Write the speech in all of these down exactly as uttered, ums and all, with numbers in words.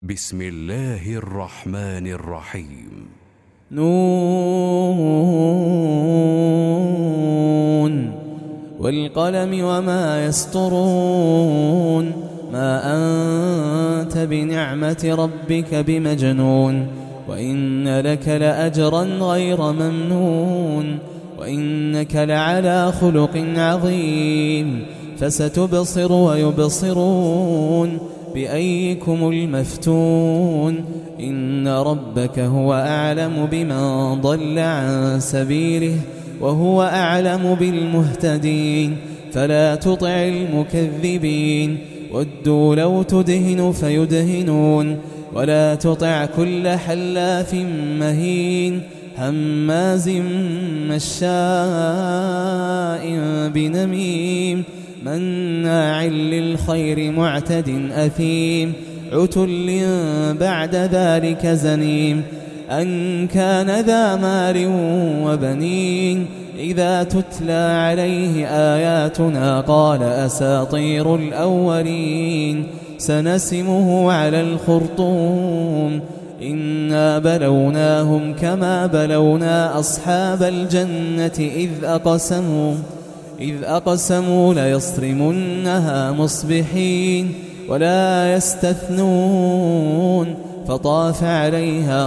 بسم الله الرحمن الرحيم. نون والقلم وما يسطرون ما أنت بنعمة ربك بمجنون وإن لك لأجرا غير ممنون وإنك لعلى خلق عظيم فستبصر ويبصرون بأيكم المفتون إن ربك هو أعلم بمن ضل عن سبيله وهو أعلم بالمهتدين فلا تطع المكذبين ودوا لو تدهن فيدهنون ولا تطع كل حلاف مهين هماز مشاء بنميم مناع للخير معتد أثيم عتل بعد ذلك زنيم أن كان ذا مال وبنين إذا تتلى عليه آياتنا قال أساطير الأولين سنسمه على الخرطوم إنا بلوناهم كما بلونا أصحاب الجنة إذ أقسموا إذ أقسموا ليصرمنها مصبحين ولا يستثنون فطاف عليها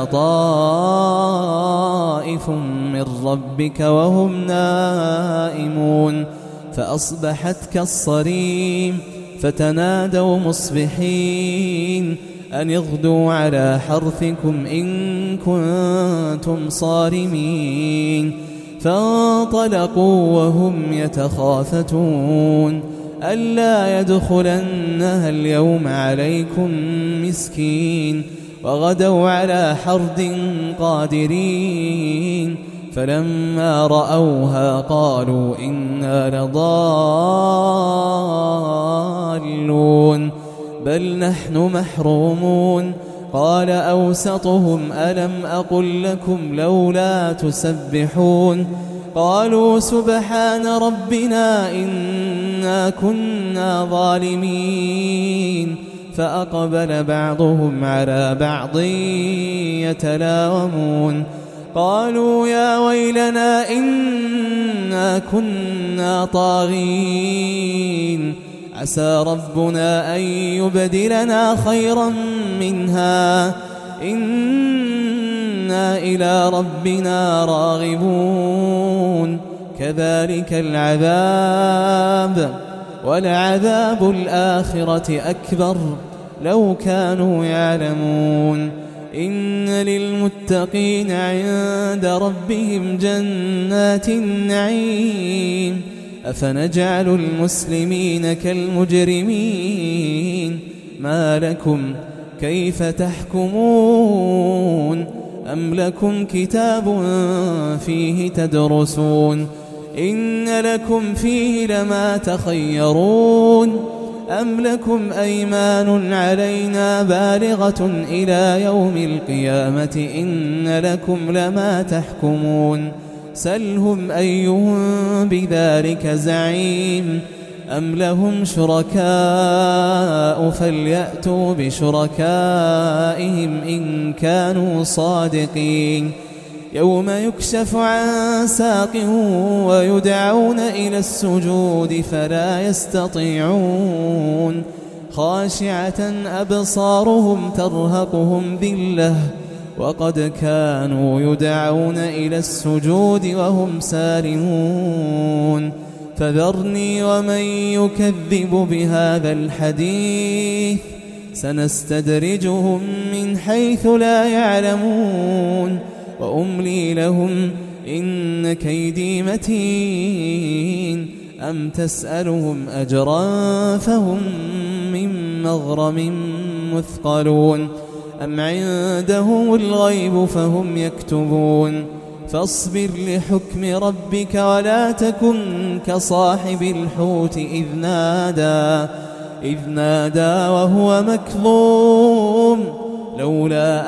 طائف من ربك وهم نائمون فأصبحت كالصريم فتنادوا مصبحين أن اغدوا على حرثكم إن كنتم صارمين فانطلقوا وهم يتخافتون ألا يدخلنها اليوم عليكم مسكين وغدوا على حرد قادرين فلما رأوها قالوا إنا لضالون بل نحن محرومون قال أوسطهم ألم أقل لكم لولا تسبحون قالوا سبحان ربنا إنا كنا ظالمين فأقبل بعضهم على بعض يتلاومون قالوا يا ويلنا إنا كنا طاغين عسى ربنا أن يبدلنا خيرا منها إنا إلى ربنا راغبون كذلك العذاب ولعذاب الآخرة أكبر لو كانوا يعلمون إن للمتقين عند ربهم جنات النعيم أفنجعل المسلمين كالمجرمين ما لكم كيف تحكمون أم لكم كتاب فيه تدرسون إن لكم فيه لما تخيرون أم لكم أيمان علينا بالغة إلى يوم القيامة إن لكم لما تحكمون سلهم أيهم بذلك زعيم أم لهم شركاء فليأتوا بشركائهم إن كانوا صادقين يوم يكشف عن ساق ويدعون إلى السجود فلا يستطيعون خاشعة أبصارهم ترهقهم ذلة وقد كانوا يدعون إلى السجود وهم سالمون فذرني ومن يكذب بهذا الحديث سنستدرجهم من حيث لا يعلمون وأملي لهم إن كيدي متين أم تسألهم أجرا فهم من مغرم مثقلون أم عندهم الغيب فهم يكتبون فاصبر لحكم ربك ولا تكن كصاحب الحوت إذ نادى إذ نادى وهو مكظوم لولا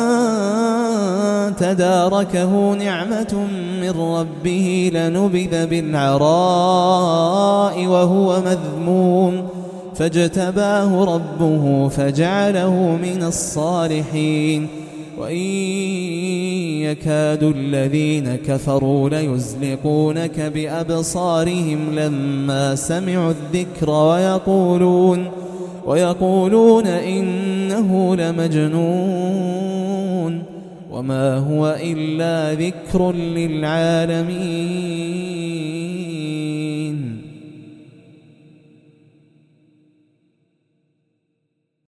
أن تداركه نعمة من ربه لنبذ بالعراء وهو مذموم فاجتباه ربه فجعله من الصالحين وإن يكاد الذين كفروا ليزلقونك بأبصارهم لما سمعوا الذكر ويقولون ويقولون إنه لمجنون وما هو إلا ذكر للعالمين.